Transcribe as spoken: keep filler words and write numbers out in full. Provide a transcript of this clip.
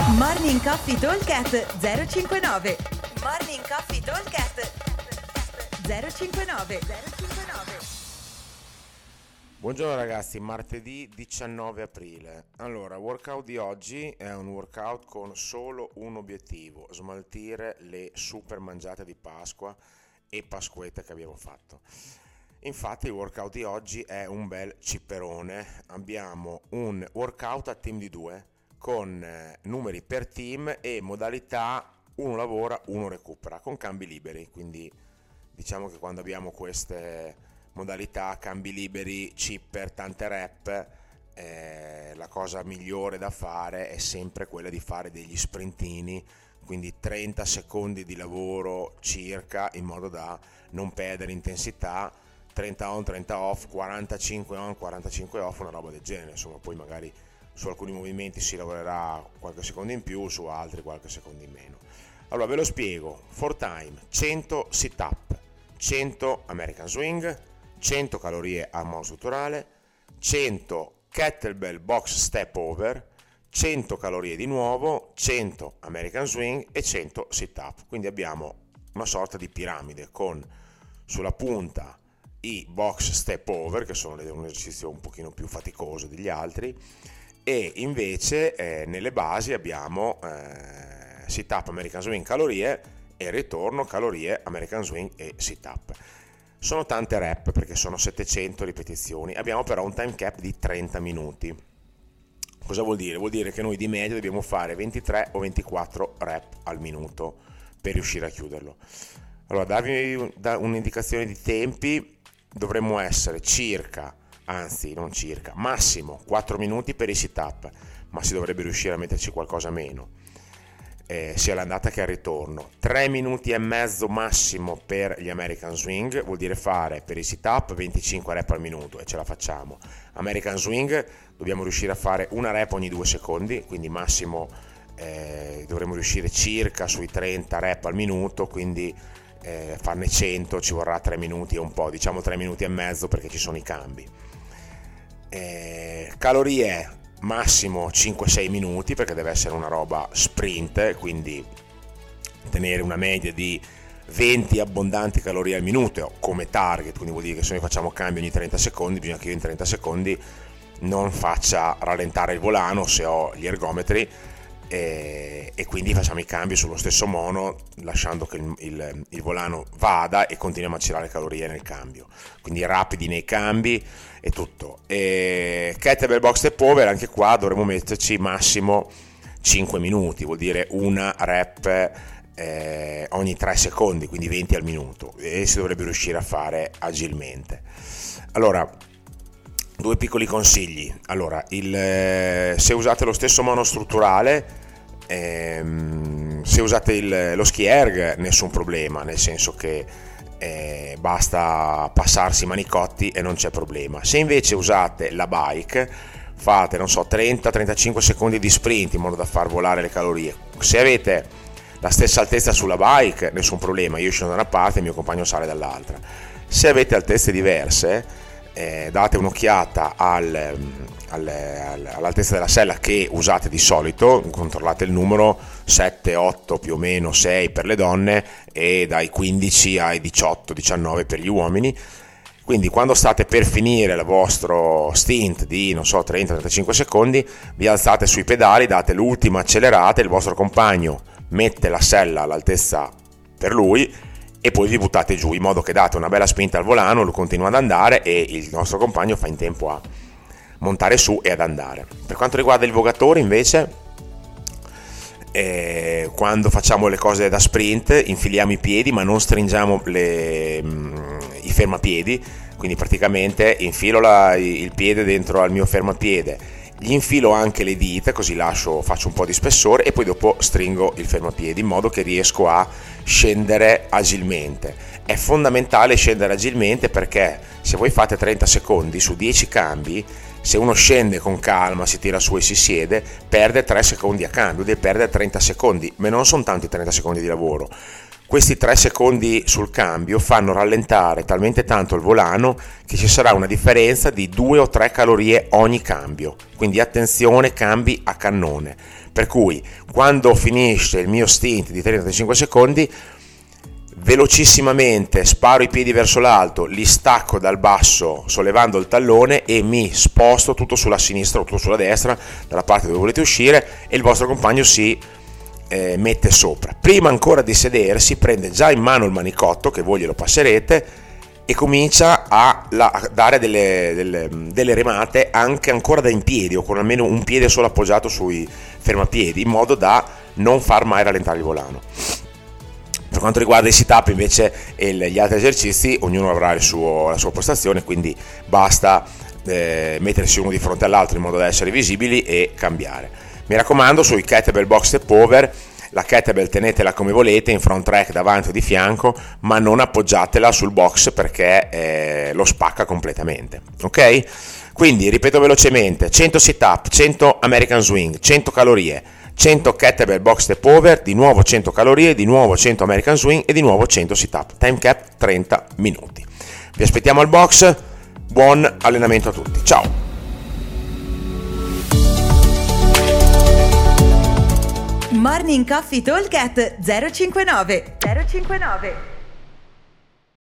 Morning Coffee Talkcast zero cinquantanove. Morning Coffee Talkcast zero cinquantanove. Buongiorno ragazzi, martedì diciannove aprile. Allora, il workout di oggi è un workout con solo un obiettivo: smaltire le super mangiate di Pasqua e Pasquette che abbiamo fatto. Infatti il workout di oggi è un bel cipperone. Abbiamo un workout a team di due con eh, numeri per team e modalità uno lavora, uno recupera, con cambi liberi. Quindi diciamo che quando abbiamo queste modalità, cambi liberi, chipper, tante rep, eh, la cosa migliore da fare è sempre quella di fare degli sprintini, quindi trenta secondi di lavoro circa, in modo da non perdere intensità, trenta on, trenta off, quarantacinque on, quarantacinque off, una roba del genere. Insomma, poi magari su alcuni movimenti si lavorerà qualche secondo in più, su altri qualche secondo in meno. Allora ve lo spiego: for time, cento sit up, cento American swing, cento calorie a monostrutturale, cento kettlebell box step over, cento calorie di nuovo, cento American swing e cento sit up. Quindi abbiamo una sorta di piramide con sulla punta i box step over, che sono un esercizio un pochino più faticoso degli altri, e invece eh, nelle basi abbiamo eh, sit up, American swing, calorie, e ritorno, calorie, American swing e sit up. Sono tante rep perché sono settecento ripetizioni, abbiamo però un time cap di trenta minuti. Cosa vuol dire? Vuol dire che noi di media dobbiamo fare ventitré o ventiquattro rep al minuto per riuscire a chiuderlo. Allora, darvi un'indicazione di tempi: dovremmo essere circa, anzi non circa, massimo quattro minuti per i sit up, ma si dovrebbe riuscire a metterci qualcosa meno, eh, sia all'andata che al ritorno. Tre minuti e mezzo massimo per gli American swing, vuol dire fare per i sit up venticinque rep al minuto, e ce la facciamo. American swing dobbiamo riuscire a fare una rep ogni due secondi, quindi massimo eh, dovremo riuscire circa sui trenta rep al minuto, quindi eh, farne cento ci vorrà tre minuti e un po', diciamo tre minuti e mezzo perché ci sono i cambi. Eh, calorie massimo cinque sei minuti, perché deve essere una roba sprint, quindi tenere una media di venti abbondanti calorie al minuto come target, quindi vuol dire che se noi facciamo cambi ogni trenta secondi, bisogna che io in trenta secondi non faccia rallentare il volano se ho gli ergometri, e, e quindi facciamo i cambi sullo stesso mono, lasciando che il, il, il volano vada e continuiamo a girare le calorie nel cambio, quindi rapidi nei cambi e tutto. E kettlebell box step over, anche qua dovremo metterci massimo cinque minuti, vuol dire una rep eh, ogni tre secondi, quindi venti al minuto, e si dovrebbe riuscire a fare agilmente. Allora, due piccoli consigli. Allora, il, se usate lo stesso monostrutturale, ehm, se usate il, lo ski erg, nessun problema, nel senso che eh, basta passarsi i manicotti e non c'è problema. Se invece usate la bike, fate, non so, trenta trentacinque secondi di sprint in modo da far volare le calorie. Se avete la stessa altezza sulla bike, nessun problema, io scendo da una parte e il mio compagno sale dall'altra. Se avete altezze diverse, Eh, date un'occhiata al, al, al, all'altezza della sella che usate di solito, controllate il numero sette otto più o meno sei per le donne e dai quindici ai diciotto diciannove per gli uomini. Quindi quando state per finire il vostro stint di, non so, trenta trentacinque secondi, vi alzate sui pedali, date l'ultima accelerata, il vostro compagno mette la sella all'altezza per lui e poi vi buttate giù, in modo che date una bella spinta al volano, lo continua ad andare e il nostro compagno fa in tempo a montare su e ad andare. Per quanto riguarda il vogatore invece, eh, quando facciamo le cose da sprint infiliamo i piedi ma non stringiamo le, mh, i fermapiedi, quindi praticamente infilo la, il piede dentro al mio fermapiede, gli infilo anche le dita, così lascio, faccio un po' di spessore e poi dopo stringo il fermapiedi in modo che riesco a scendere agilmente. È fondamentale scendere agilmente, perché se voi fate trenta secondi su dieci cambi, se uno scende con calma, si tira su e si siede, perde tre secondi a cambio, deve perdere trenta secondi, ma non sono tanti trenta secondi di lavoro. Questi tre secondi sul cambio fanno rallentare talmente tanto il volano che ci sarà una differenza di due o tre calorie ogni cambio, quindi attenzione, cambi a cannone, per cui quando finisce il mio stint di trentacinque secondi velocissimamente sparo i piedi verso l'alto, li stacco dal basso sollevando il tallone e mi sposto tutto sulla sinistra o tutto sulla destra, dalla parte dove volete uscire, e il vostro compagno si eh, mette sopra. Prima ancora di sedersi prende già in mano il manicotto, che voi glielo passerete, e comincia a, la, a dare delle, delle, delle remate anche ancora da in piedi o con almeno un piede solo appoggiato sui fermapiedi, in modo da non far mai rallentare il volano. Per quanto riguarda i sit-up invece e gli altri esercizi, ognuno avrà il suo, la sua postazione, quindi basta eh, mettersi uno di fronte all'altro in modo da essere visibili e cambiare. Mi raccomando, sui kettlebell box step over, la kettlebell tenetela come volete, in front rack, davanti o di fianco, ma non appoggiatela sul box perché eh, lo spacca completamente, ok? Quindi ripeto velocemente: cento sit-up, cento American swing, cento calorie, cento kettlebell box step over, di nuovo cento calorie, di nuovo cento American swing e di nuovo cento sit-up. Time cap trenta minuti. Vi aspettiamo al box, buon allenamento a tutti, ciao! Morning Coffee Talk at zero cinquantanove zero cinquantanove